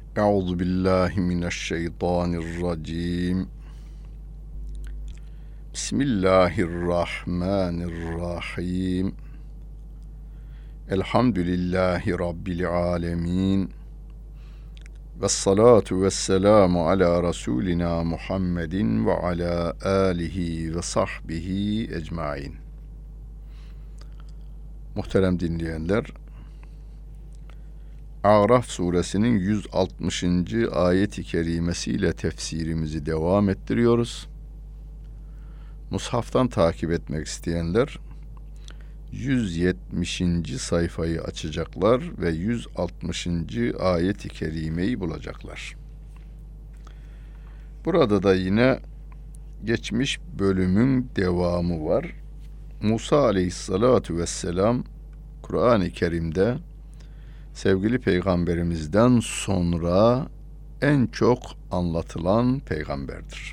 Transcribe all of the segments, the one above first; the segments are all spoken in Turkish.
Euzu billahi mineşşeytanirracim. Bismillahirrahmanirrahim. Elhamdülillahi rabbil alamin. Vessalatu vesselamu ala rasulina Muhammedin ve ala alihi ve sahbihi ecmaîn. Muhterem dinleyenler, A'raf suresinin 160. ayet-i kerimesiyle tefsirimizi devam ettiriyoruz. Mushaftan takip etmek isteyenler 170. sayfayı açacaklar ve 160. ayet-i kerimeyi bulacaklar. Burada da yine geçmiş bölümün devamı var. Musa aleyhissalatu vesselam Kur'an-ı Kerim'de sevgili peygamberimizden sonra en çok anlatılan peygamberdir.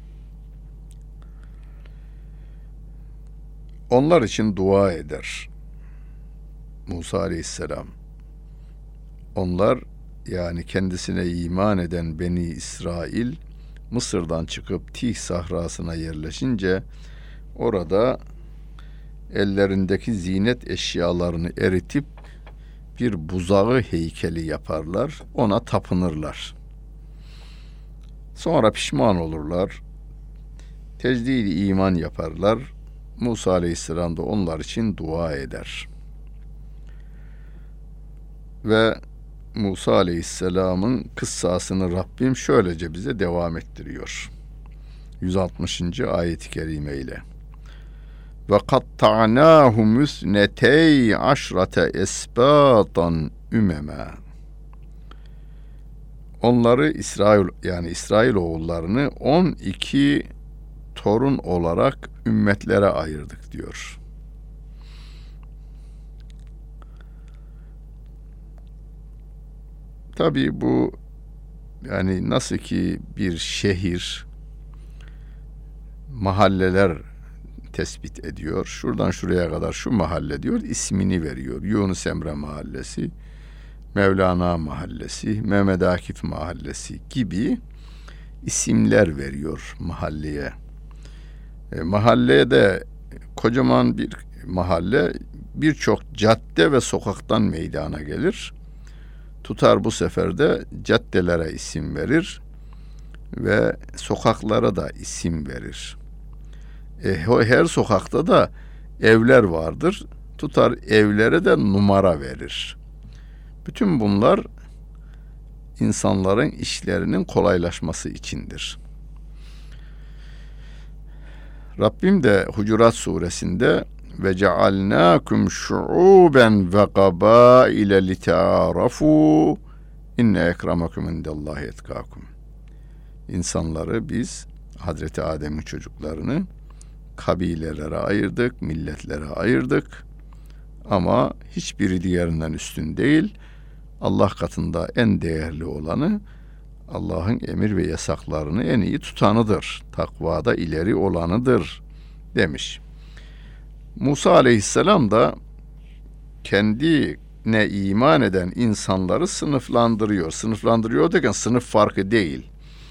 Onlar için dua eder Musa aleyhisselam. Onlar, yani kendisine iman eden Beni İsrail, Mısır'dan çıkıp Tih sahrasına yerleşince orada ellerindeki zinet eşyalarını eritip bir buzağı heykeli yaparlar, ona tapınırlar. Sonra pişman olurlar, tecdid-i iman yaparlar. Musa aleyhisselam da onlar için dua eder. Ve Musa aleyhisselamın kıssasını Rabbim şöylece bize devam ettiriyor. 160. ayet-i kerime ile. Ve katta'nâhum isnetey aşrate esbâtan ümeme. Onları İsrail oğullarını 12 torun olarak ümmetlere ayırdık diyor. Tabii bu, yani nasıl ki bir şehir mahalleler tespit ediyor. Şuradan şuraya kadar şu mahalle diyor, ismini veriyor. Yunus Emre Mahallesi, Mevlana Mahallesi, Mehmet Akif Mahallesi gibi isimler veriyor mahalleye. Mahalleye de kocaman bir mahalle birçok cadde ve sokaktan meydana gelir. Tutar bu sefer de caddelere isim verir ve sokaklara da isim verir. Her sokakta da evler vardır. Tutar evlere de numara verir. Bütün bunlar insanların işlerinin kolaylaşması içindir. Rabbim de Hucurat suresinde ve cealnâkum şu'ûben ve qabâile lita'arafu inne ekremakum indallahi etkâkum. İnsanları biz, Hazreti Adem'in çocuklarını kabilelere ayırdık, milletlere ayırdık. Ama hiçbiri diğerinden üstün değil. Allah katında en değerli olanı, Allah'ın emir ve yasaklarını en iyi tutanıdır. Takvada ileri olanıdır demiş. Musa aleyhisselam da kendine iman eden insanları sınıflandırıyor. Sınıflandırıyor derken sınıf farkı değil.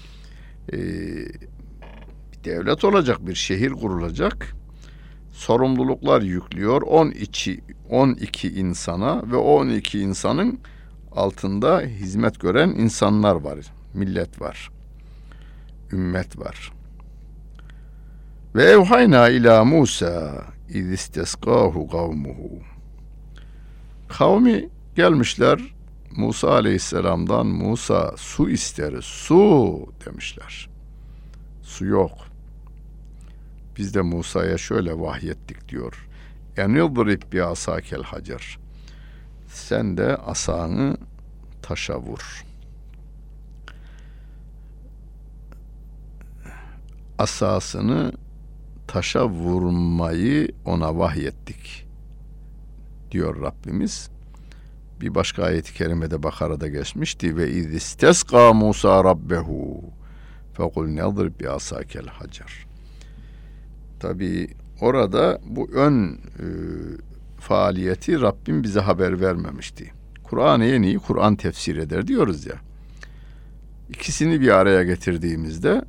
Bir devlet olacak, bir şehir kurulacak. Sorumluluklar yüklüyor 12 insana ve 12 insanın altında hizmet gören insanlar var. Millet var. Ümmet var. Ve evhayna ila Musa iz istesqahu kavmuhu. Kavmi gelmişler Musa aleyhisselamdan, Musa su isteriz, su demişler. Su yok. Biz de Musa'ya şöyle vahyettik diyor. Enidrib bi asakel hacer. Sen de asanı taşa vur. Asasını taşa vurmayı ona vahyettik diyor Rabbimiz. Bir başka ayet-i kerimede Bakara'da geçmişti. Ve iz istesqa Musa rabbehu fekul nedrib bi asakel hacer. Tabi orada bu ön faaliyeti Rabbim bize haber vermemişti. Kur'an'ı en iyi Kur'an tefsir eder diyoruz ya. İkisini bir araya getirdiğimizde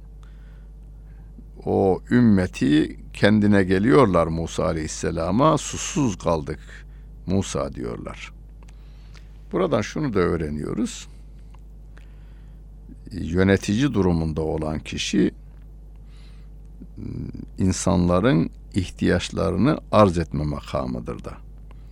o ümmeti kendine geliyorlar Musa Aleyhisselam'a, susuz kaldık Musa diyorlar. Buradan şunu da öğreniyoruz. Yönetici durumunda olan kişi insanların ihtiyaçlarını arz etme makamıdır da.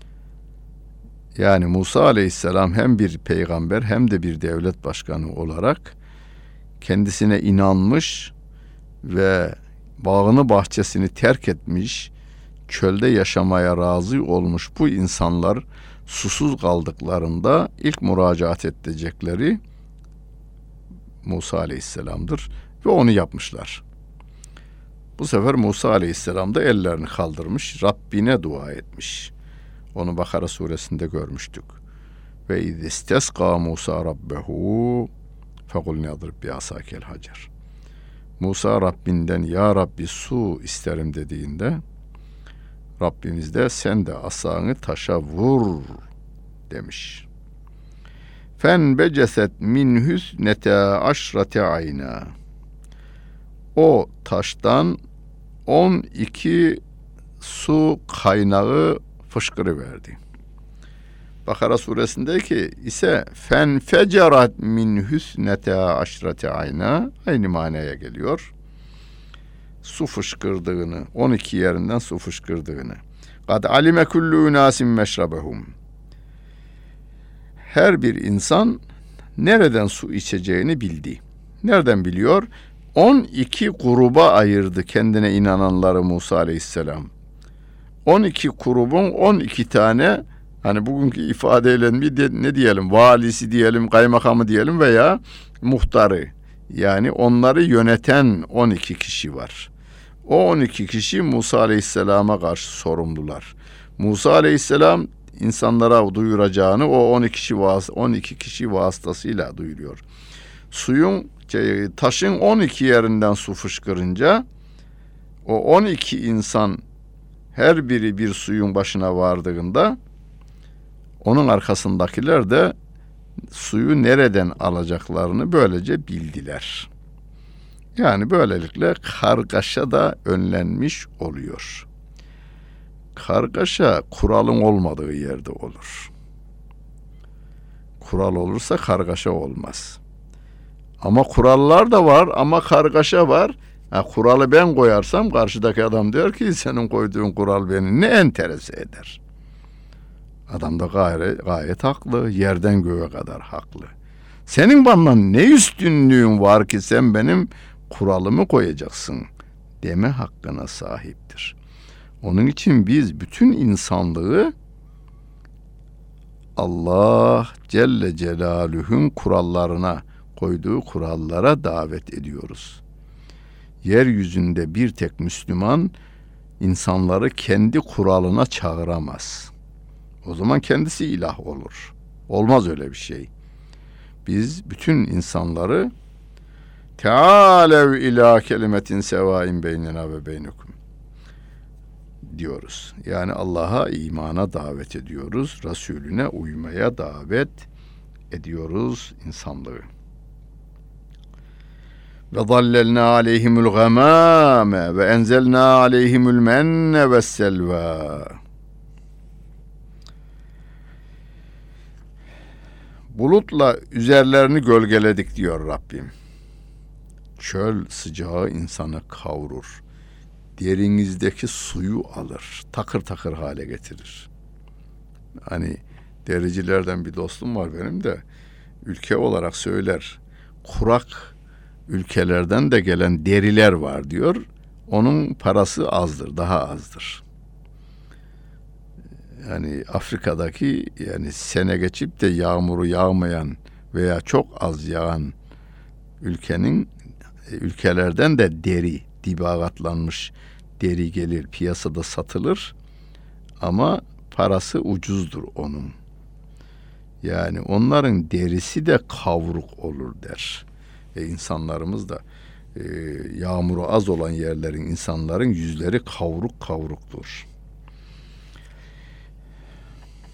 Yani Musa Aleyhisselam hem bir peygamber hem de bir devlet başkanı olarak kendisine inanmış ve bağını bahçesini terk etmiş, çölde yaşamaya razı olmuş bu insanlar susuz kaldıklarında ilk müracaat edecekleri Musa Aleyhisselam'dır ve onu yapmışlar. Bu sefer Musa Aleyhisselam da ellerini kaldırmış, Rabbine dua etmiş. Onu Bakara suresinde görmüştük. Ve izistesqa Musa rabbehu fekul nedrib bi asakel hacer. Musa Rabbinden ya Rabbi su isterim dediğinde Rabbimiz de sen de asanı taşa vur demiş. Fen beceset min hüsnete aşrate ayna. O taştan 12 su kaynağı fışkırıverdi. Bakara suresindeki ise fen fecerat min hüsnete aşrate ayna aynı manaya geliyor. Su fışkırdığını, 12 yerinden su fışkırdığını. Kad alime kullu unasin meşrabehum. Her bir insan nereden su içeceğini bildi. Nereden biliyor? 12 gruba ayırdı kendine inananları Musa Aleyhisselam. 12 grubun 12 tane, hani bugünkü ifadeyle ne diyelim, valisi diyelim, kaymakamı diyelim veya muhtarı. Yani onları yöneten 12 kişi var. O 12 kişi Musa Aleyhisselam'a karşı sorumlular. Musa Aleyhisselam insanlara duyuracağını o 12 kişi vasıtasıyla duyuruyor. Taşın 12 yerinden su fışkırınca o 12 insan her biri bir suyun başına vardığında onun arkasındakiler de suyu nereden alacaklarını böylece bildiler. Yani böylelikle kargaşa da önlenmiş oluyor. Kargaşa kuralın olmadığı yerde olur. Kural olursa kargaşa olmaz. Ama kurallar da var ama kargaşa var. Kuralı ben koyarsam karşıdaki adam diyor ki senin koyduğun kural beni ne enterese eder. Adam da gayet haklı. Yerden göğe kadar haklı. Senin benden ne üstünlüğün var ki sen benim kuralımı koyacaksın deme hakkına sahiptir. Onun için biz bütün insanlığı Allah Celle Celaluhu'nun kurallarına, koyduğu kurallara davet ediyoruz. Yeryüzünde bir tek Müslüman insanları kendi kuralına çağıramaz. O zaman kendisi ilah olur. Olmaz öyle bir şey. Biz bütün insanları Teâlev ilâ kelimetin sevâin beynena ve beynekum diyoruz. Yani Allah'a imana davet ediyoruz. Resulüne uymaya davet ediyoruz insanlığı. Ve zallelnâ aleyhimul gamâme ve enzelnâ aleyhimul menne vesselvâ. Bulutla üzerlerini gölgeledik diyor Rabbim. Çöl sıcağı insanı kavurur. Derinizdeki suyu alır. Takır takır hale getirir. Hani dericilerden bir dostum var benim de. Ülke olarak söyler. Kurak ülkelerden de gelen deriler var diyor. Onun parası azdır, daha azdır. Yani Afrika'daki yani sene geçip de yağmuru yağmayan veya çok az yağan ülkelerden de deri, dibagatlanmış deri gelir, piyasada satılır ama parası ucuzdur onun. Yani onların derisi de kavruk olur der. İnsanlarımız da yağmuru az olan yerlerin insanların yüzleri kavruk kavruktur.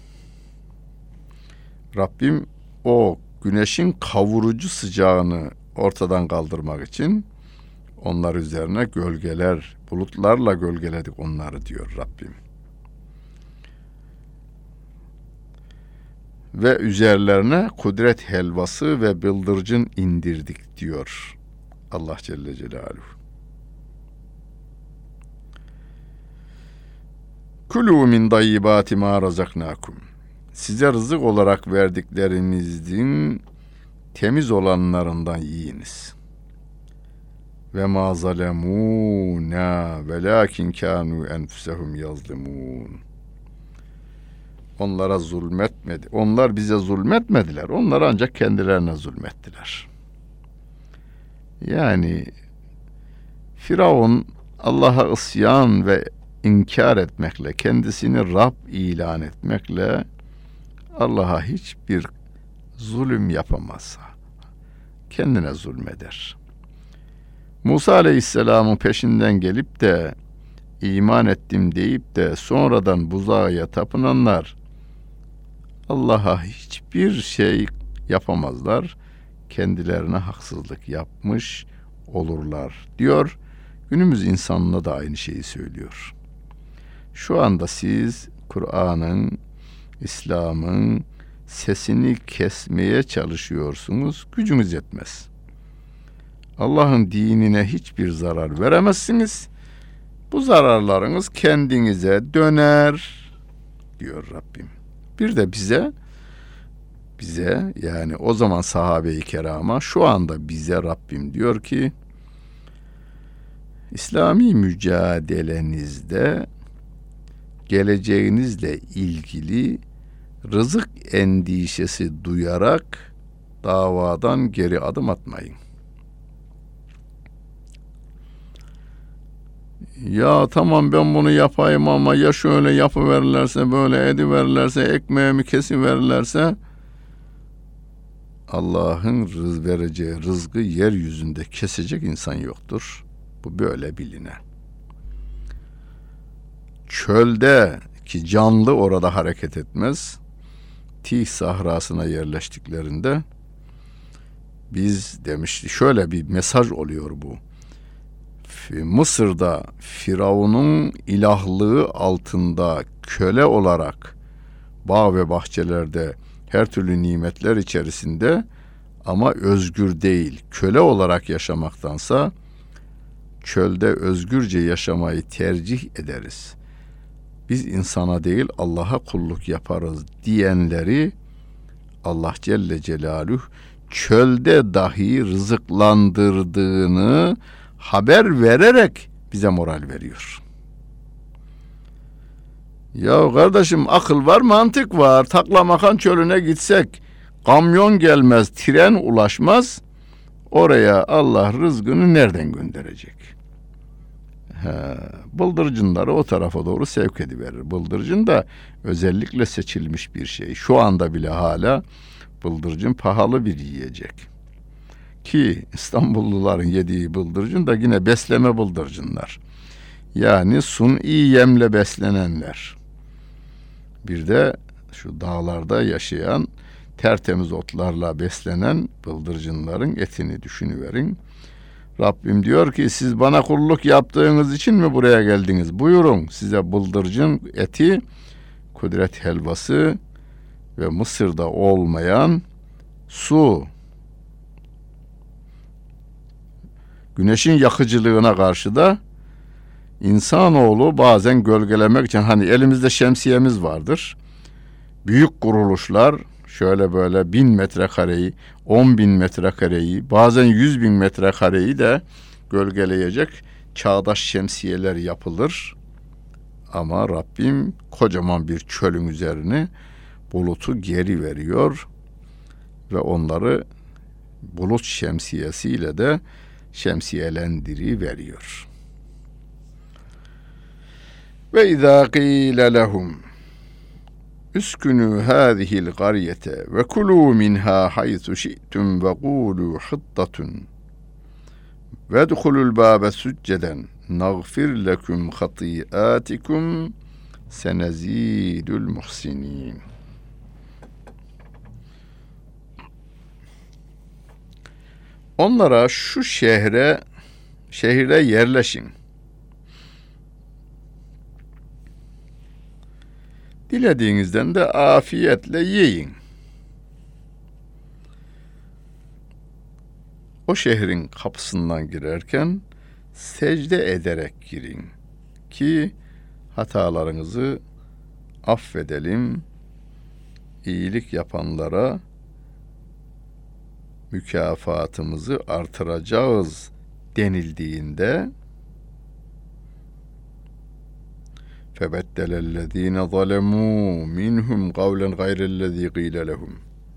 Rabbim o güneşin kavurucu sıcağını ortadan kaldırmak için onlar üzerine gölgeler, bulutlarla gölgeledik onları diyor Rabbim. Ve üzerlerine kudret helvası ve bıldırcın indirdik diyor Allah Celle Celaluhu. Kulû min dayyibâti mâ razaknâkum. Size rızık olarak verdiklerimizin temiz olanlarından yiyiniz. Ve mâ zalemûnâ velâkin kânû enfusehum yazlimûn. Onlara zulmetmedi. Onlar bize zulmetmediler. Onlar ancak kendilerine zulmettiler. Yani Firavun Allah'a isyan ve inkar etmekle, kendisini Rab ilan etmekle Allah'a hiçbir zulüm yapamaz. Kendine zulmeder. Musa Aleyhisselam'ın peşinden gelip de iman ettim deyip de sonradan buzağa tapınanlar Allah'a hiçbir şey yapamazlar. Kendilerine haksızlık yapmış olurlar diyor. Günümüz insanına da aynı şeyi söylüyor. Şu anda siz Kur'an'ın, İslam'ın sesini kesmeye çalışıyorsunuz. Gücünüz yetmez. Allah'ın dinine hiçbir zarar veremezsiniz. Bu zararlarınız kendinize döner diyor Rabbim. Bir de bize yani o zaman sahabe-i kerama, şu anda bize Rabbim diyor ki İslami mücadelenizde geleceğinizle ilgili rızık endişesi duyarak davadan geri adım atmayın. Ya tamam ben bunu yapayım ama ya şöyle yapıverirlerse, böyle ediverirlerse, ekmeğimi kesiverirlerse, Allah'ın vereceği rızkı yeryüzünde kesecek insan yoktur. Bu böyle biline. Çölde ki canlı orada hareket etmez. Tih sahrasına yerleştiklerinde biz demiştik, şöyle bir mesaj oluyor bu. Mısır'da Firavun'un ilahlığı altında köle olarak bağ ve bahçelerde her türlü nimetler içerisinde ama özgür değil, köle olarak yaşamaktansa çölde özgürce yaşamayı tercih ederiz. Biz insana değil Allah'a kulluk yaparız diyenleri Allah Celle Celaluhu çölde dahi rızıklandırdığını haber vererek bize moral veriyor. Ya kardeşim, akıl var, mantık var. Taklamakan çölüne gitsek kamyon gelmez, tren ulaşmaz. Oraya Allah rızkını nereden gönderecek? Bıldırcınları o tarafa doğru sevk ediverir. Bıldırcın da özellikle seçilmiş bir şey. Şu anda bile hala bıldırcın pahalı bir yiyecek. Ki İstanbulluların yediği bıldırcın da yine besleme bıldırcınlar. Yani suni yemle beslenenler. Bir de şu dağlarda yaşayan tertemiz otlarla beslenen bıldırcınların etini düşünüverin. Rabbim diyor ki siz bana kulluk yaptığınız için mi buraya geldiniz? Buyurun size bıldırcın eti, kudret helvası ve Mısır'da olmayan su. Güneşin yakıcılığına karşı da insanoğlu bazen gölgelemek için, hani elimizde şemsiyemiz vardır. Büyük kuruluşlar şöyle böyle 1000 metrekareyi, 10.000 metrekareyi, bazen 100.000 metrekareyi de gölgeleyecek çağdaş şemsiyeler yapılır. Ama Rabbim kocaman bir çölün üzerine bulutu geri veriyor ve onları bulut şemsiyesiyle de şemsiyelendiriveriyor. Ve izâ qîle lehum üskünû hâzihil qaryete ve kulû minhâ haythu şi'tum ve qûlû hıttatun ve edhulul bâbe succeden nagfir leküm hatîâtikum senezîdül muhsinîn. Onlara şu şehire yerleşin. Dilediğinizden de afiyetle yiyin. O şehrin kapısından girerken secde ederek girin ki hatalarınızı affedelim, iyilik yapanlara mükafatımızı artıracağız denildiğinde فَبَدَّلَ ظَلَمُوا مِنْهُمْ قَوْلًا غَيْرَ الَّذ۪ي قِيلَ لَهُمْ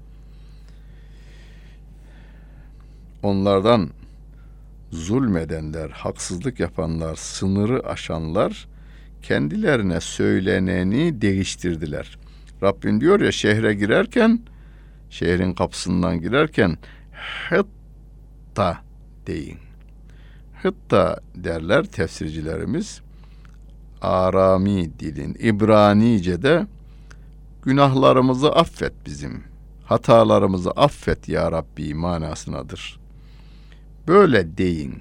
Onlardan zulmedenler, haksızlık yapanlar, sınırı aşanlar kendilerine söyleneni değiştirdiler. Rabbim diyor ya, şehre girerken, şehrin kapısından girerken hıtta deyin. Hıtta derler tefsircilerimiz. Arami dilin, İbranice'de günahlarımızı affet bizim, hatalarımızı affet ya Rabbi manasınadır. Böyle deyin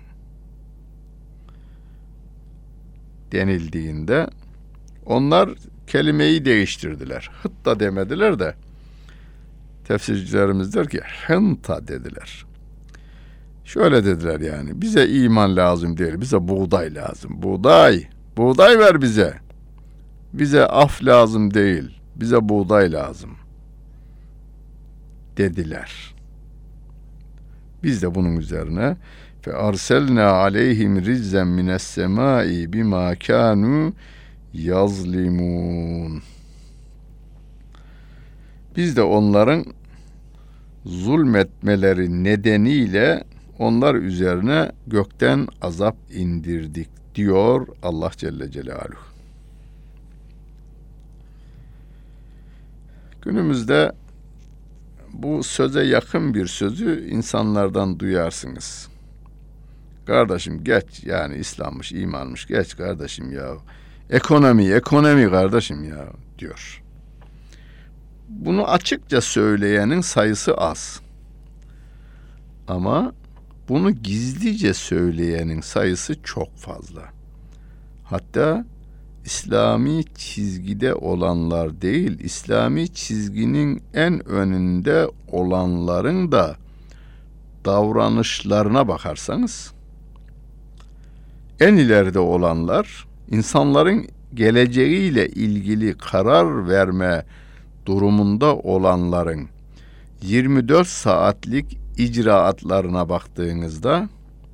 denildiğinde onlar kelimeyi değiştirdiler. Hıtta demediler de tefsircilerimiz der ki hınta dediler. Şöyle dediler yani, bize iman lazım değil, bize buğday lazım. Buğday ver bize. Bize af lazım değil, bize buğday lazım dediler. Biz de bunun üzerine fe arselna aleyhim rizzen mines semai bima kanu yazlimun. Biz de onların zulmetmeleri nedeniyle onlar üzerine gökten azap indirdik diyor Allah Celle Celaluhu. Günümüzde bu söze yakın bir sözü insanlardan duyarsınız. Kardeşim geç, yani İslam'mış, imanmış, geç kardeşim ya. Ekonomi kardeşim ya diyor. Bunu açıkça söyleyenin sayısı az. Ama bunu gizlice söyleyenin sayısı çok fazla. Hatta İslami çizgide olanlar değil, İslami çizginin en önünde olanların da davranışlarına bakarsanız, en ileride olanlar, insanların geleceğiyle ilgili karar verme durumunda olanların 24 saatlik icraatlarına baktığınızda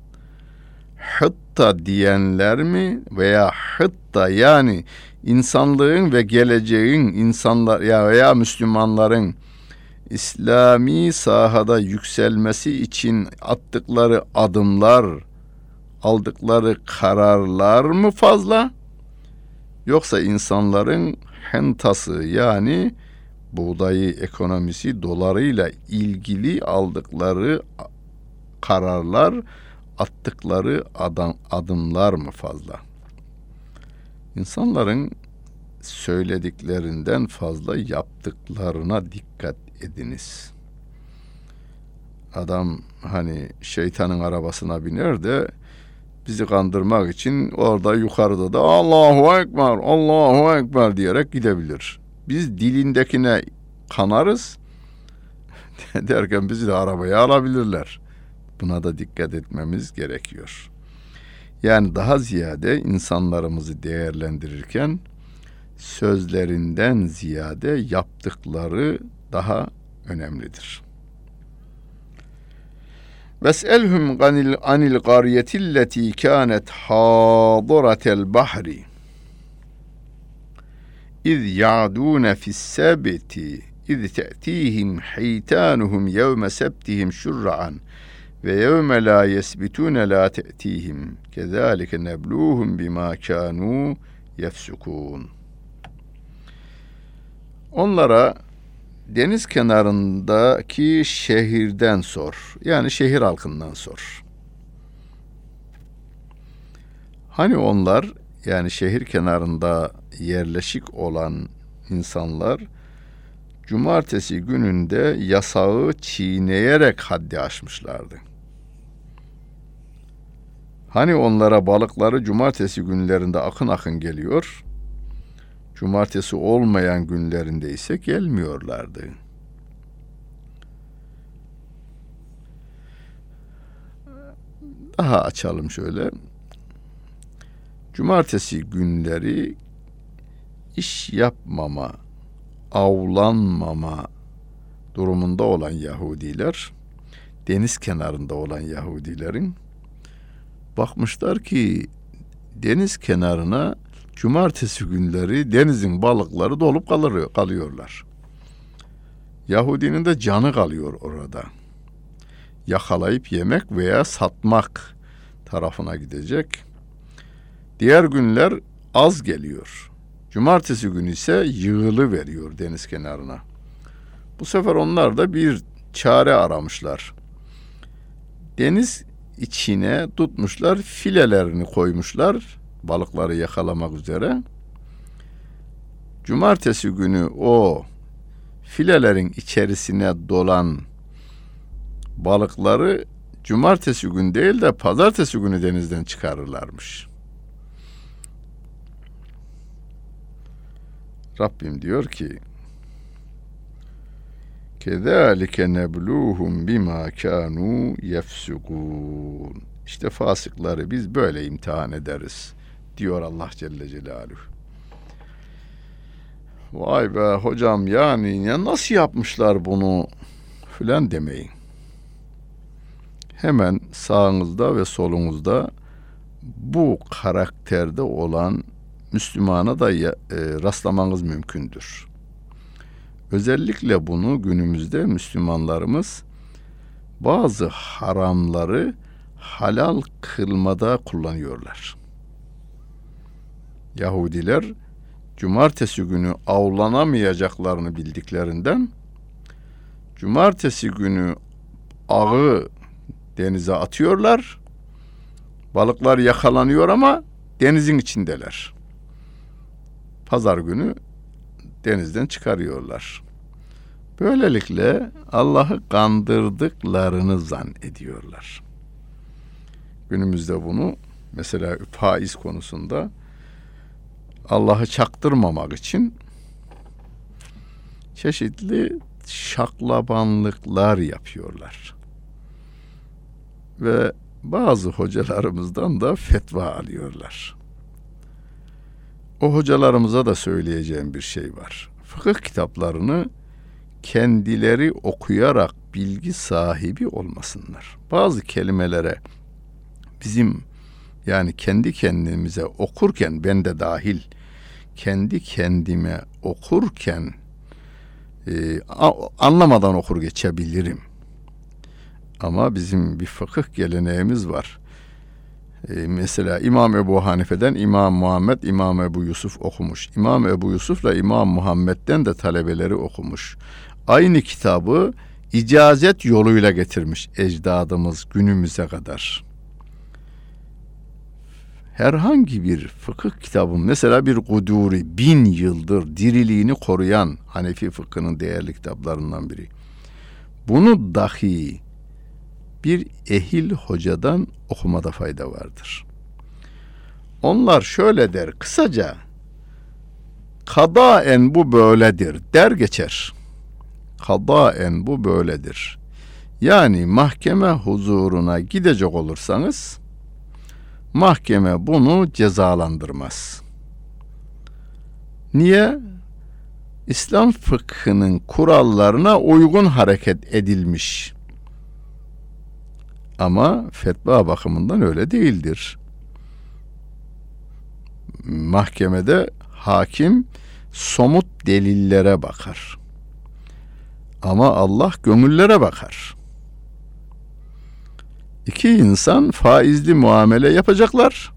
hıtta diyenler mi veya hıtta, yani insanlığın ve geleceğin insanlar veya Müslümanların İslami sahada yükselmesi için attıkları adımlar, aldıkları kararlar mı fazla, yoksa insanların hentası, yani buğdayı ekonomisi, dolarıyla ilgili aldıkları kararlar, attıkları adımlar mı fazla? İnsanların söylediklerinden fazla yaptıklarına dikkat ediniz. Adam hani şeytanın arabasına biner de bizi kandırmak için orada yukarıda da Allahu Ekber diyerek gidebilir. Biz dilindekine kanarız derken bizi de arabaya alabilirler. Buna da dikkat etmemiz gerekiyor. Yani daha ziyade insanlarımızı değerlendirirken sözlerinden ziyade yaptıkları daha önemlidir. Ves'elhum anil qaryetilleti kânet hâdiratel bahri İz ya'dûne fissebti İz te'tîhim hîtânuhum yevme sebtihim şurra'an ve yevme la yesbitûne la te'tîhim kezâlike neblûhum bimâ kânû yefsukûn. Onlara deniz kenarındaki şehirden sor. Yani şehir halkından sor. Hani onlar, yani şehir kenarında yerleşik olan insanlar cumartesi gününde yasağı çiğneyerek haddi aşmışlardı. Hani onlara balıkları cumartesi günlerinde akın akın geliyor, cumartesi olmayan günlerinde ise gelmiyorlardı. Daha açalım şöyle. Cumartesi günleri iş yapmama, avlanmama durumunda olan Yahudiler, deniz kenarında olan Yahudilerin bakmışlar ki deniz kenarına cumartesi günleri denizin balıkları dolup kalıyorlar. Yahudinin de canı kalıyor orada. Yakalayıp yemek veya satmak tarafına gidecek. Diğer günler az geliyor. Cumartesi günü ise yığılı veriyor deniz kenarına. Bu sefer onlar da bir çare aramışlar. Deniz içine tutmuşlar, filelerini koymuşlar balıkları yakalamak üzere. Cumartesi günü o filelerin içerisine dolan balıkları cumartesi günü değil de pazartesi günü denizden çıkarırlarmış. Rabbim diyor ki: "Kezalike nebluhum bima kanu yefsukun." İşte fasıkları biz böyle imtihan ederiz diyor Allah Celle Celaluhu. Vay be hocam, yani ya nasıl yapmışlar bunu filan demeyin. Hemen sağınızda ve solunuzda bu karakterde olan Müslümana da rastlamanız mümkündür. Özellikle bunu günümüzde Müslümanlarımız bazı haramları halal kılmada kullanıyorlar. Yahudiler cumartesi günü avlanamayacaklarını bildiklerinden cumartesi günü ağı denize atıyorlar. Balıklar yakalanıyor ama denizin içindeler. Pazar günü denizden çıkarıyorlar. Böylelikle Allah'ı kandırdıklarını zannediyorlar. Günümüzde bunu mesela faiz konusunda Allah'ı çaktırmamak için çeşitli şaklabanlıklar yapıyorlar. Ve bazı hocalarımızdan da fetva alıyorlar. O hocalarımıza da söyleyeceğim bir şey var. Fıkıh kitaplarını kendileri okuyarak bilgi sahibi olmasınlar. Bazı kelimelere bizim, yani kendi kendimize okurken, ben de dahil, kendi kendime okurken anlamadan okur geçebilirim. Ama bizim bir fıkıh geleneğimiz var. Mesela İmam Ebu Hanife'den İmam Muhammed, İmam Ebu Yusuf okumuş. İmam Ebu Yusuf'la İmam Muhammed'den de talebeleri okumuş. Aynı kitabı icazet yoluyla getirmiş ecdadımız günümüze kadar. Herhangi bir fıkıh kitabı, mesela bir Kuduri, 1000 yıldır diriliğini koruyan Hanefi fıkhının değerli kitaplarından biri. Bunu dahi bir ehil hocadan okumada fayda vardır. Onlar şöyle der, kısaca kadaen bu böyledir der geçer. Kadaen bu böyledir. Yani mahkeme huzuruna gidecek olursanız mahkeme bunu cezalandırmaz. Niye? İslam fıkhının kurallarına uygun hareket edilmiş. Ama fetva bakımından öyle değildir. Mahkemede hakim somut delillere bakar. Ama Allah gönüllere bakar. İki insan faizli muamele yapacaklar.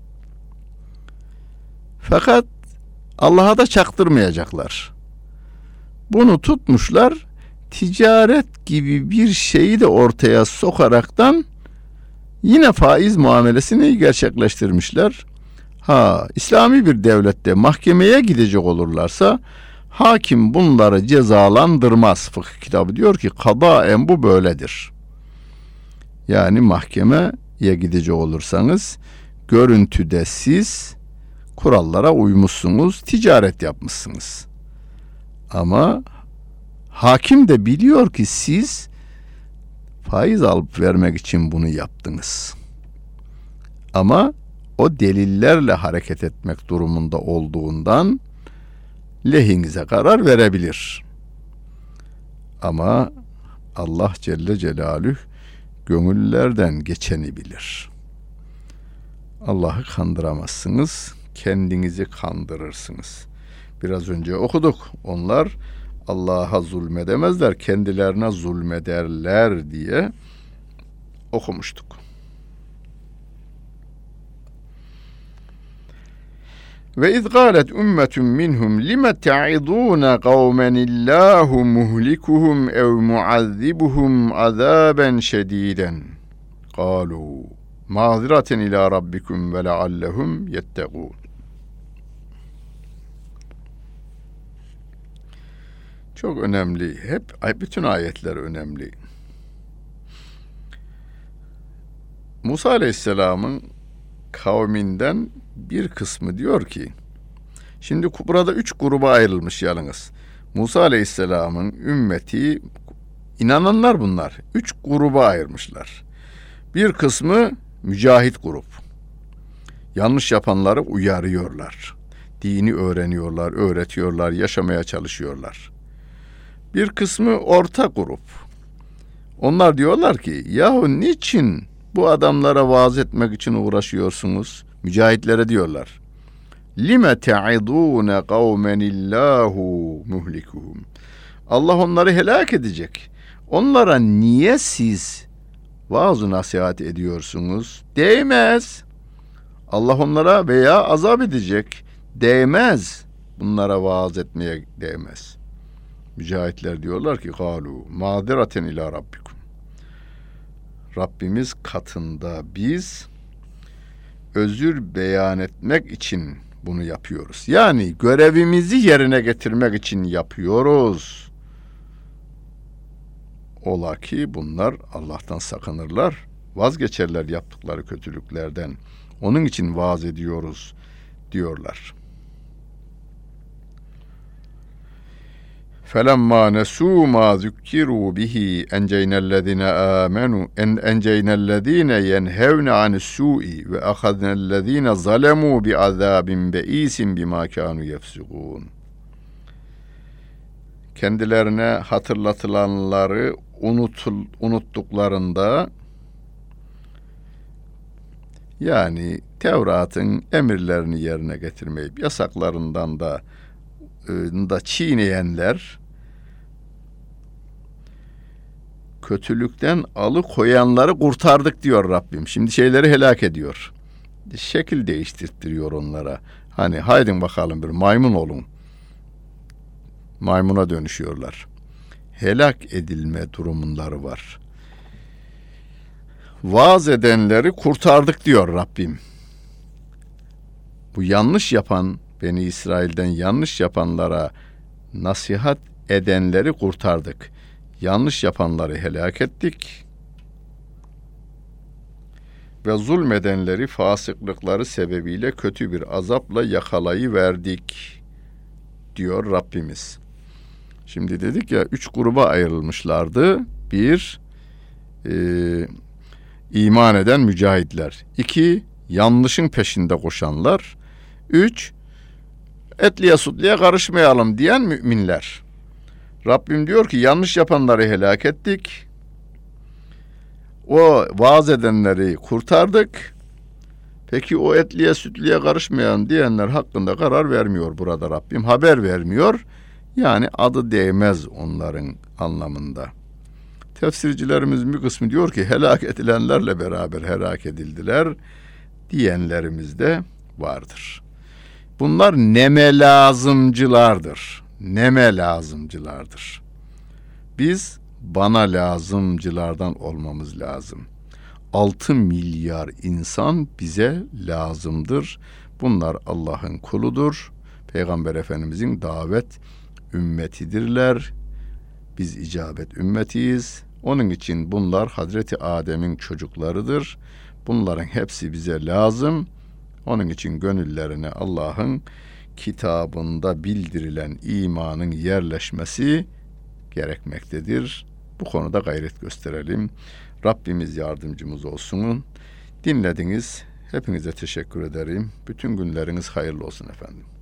Fakat Allah'a da çaktırmayacaklar. Bunu tutmuşlar, ticaret gibi bir şeyi de ortaya sokaraktan yine faiz muamelesini gerçekleştirmişler. İslami bir devlette mahkemeye gidecek olurlarsa hakim bunları cezalandırmaz. Fıkıh kitabı diyor ki kadaen bu böyledir. Yani mahkemeye gidecek olursanız görüntüde siz kurallara uymuşsunuz, ticaret yapmışsınız. Ama hakim de biliyor ki siz faiz alıp vermek için bunu yaptınız. Ama o delillerle hareket etmek durumunda olduğundan lehinize karar verebilir. Ama Allah Celle Celaluhu gönüllerden geçeni bilir. Allah'ı kandıramazsınız, kendinizi kandırırsınız. Biraz önce okuduk. Onlar Allah'a zulmedemezler, kendilerine zulmederler diye okumuştuk. Ve iz galet ümmetun minhum lime ta'idun kavmen illahu muhlikuhum ev muazzibuhum azaben şediden. Kalu ma'ziraten ila rabbikum ve leallehum yettegûn. Çok önemli. Bütün ayetler önemli. Musa Aleyhisselam'ın kavminden bir kısmı diyor ki, şimdi burada 3 gruba ayrılmış yalnız. Musa Aleyhisselam'ın ümmeti, inananlar bunlar. 3 gruba ayırmışlar. Bir kısmı mücahit grup. Yanlış yapanları uyarıyorlar. Dini öğreniyorlar, öğretiyorlar, yaşamaya çalışıyorlar. Bir kısmı orta grup. Onlar diyorlar ki, yahu niçin bu adamlara vaaz etmek için uğraşıyorsunuz? Mücahitlere diyorlar. Lime te'idûne kavmen illâhu muhlikuhum. Allah onları helak edecek. Onlara niye siz vaaz-ı nasihat ediyorsunuz? Değmez. Allah onlara veya azap edecek. Değmez. Bunlara vaaz etmeye değmez. Mücahitler diyorlar ki galu mâdiraten ila rabbikum. Rabbimiz katında biz özür beyan etmek için bunu yapıyoruz. Yani görevimizi yerine getirmek için yapıyoruz. Ola ki bunlar Allah'tan sakınırlar, vazgeçerler yaptıkları kötülüklerden. Onun için vaaz ediyoruz diyorlar. فَلَمَّا نَسُوا مَا ذُكِّرُوا بِهِ اَنْجَيْنَا الَّذ۪ينَ يَنْهَوْنَ عَنِ السُّوءِ وَأَخَذْنَا الَّذ۪ينَ ظَلَمُوا بِعَذَابٍ بَئِيسٍ بِمَا كَانُوا يَفْسُقُونَ. Kendilerine hatırlatılanları unuttuklarında, yani Tevrat'ın emirlerini yerine getirmeyip yasaklarından da çiğneyenler, kötülükten alıkoyanları kurtardık diyor Rabbim. Şimdi şeyleri helak ediyor. Şekil değiştirtiyor onlara. Hani haydin bakalım bir maymun olun. Maymuna dönüşüyorlar. Helak edilme durumunları var. Vaaz edenleri kurtardık diyor Rabbim. Bu yanlış yapan, Beni İsrail'den yanlış yapanlara nasihat edenleri kurtardık. Yanlış yapanları helak ettik. Ve zulmedenleri fasıklıkları sebebiyle kötü bir azapla yakalayıverdik diyor Rabbimiz. Şimdi dedik ya 3 gruba ayrılmışlardı. 1, iman eden mücahitler. 2, yanlışın peşinde koşanlar. 3, etliye sütliye karışmayalım diyen müminler. Rabbim diyor ki yanlış yapanları helak ettik. O vaaz edenleri kurtardık. Peki o etliye sütliye karışmayan diyenler hakkında karar vermiyor burada Rabbim. Haber vermiyor. Yani adı değmez onların anlamında. Tefsircilerimizin bir kısmı diyor ki helak edilenlerle beraber helak edildiler diyenlerimiz de vardır. Bunlar neme lazımcılardır. Neme lazımcılardır. Biz bana lazımcılardan olmamız lazım. 6 milyar insan bize lazımdır. Bunlar Allah'ın kuludur. Peygamber Efendimizin davet ümmetidirler. Biz icabet ümmetiyiz. Onun için bunlar Hazreti Adem'in çocuklarıdır. Bunların hepsi bize lazım. Onun için gönüllerine Allah'ın kitabında bildirilen imanın yerleşmesi gerekmektedir. Bu konuda gayret gösterelim. Rabbimiz yardımcımız olsun. Dinlediniz. Hepinize teşekkür ederim. Bütün günleriniz hayırlı olsun efendim.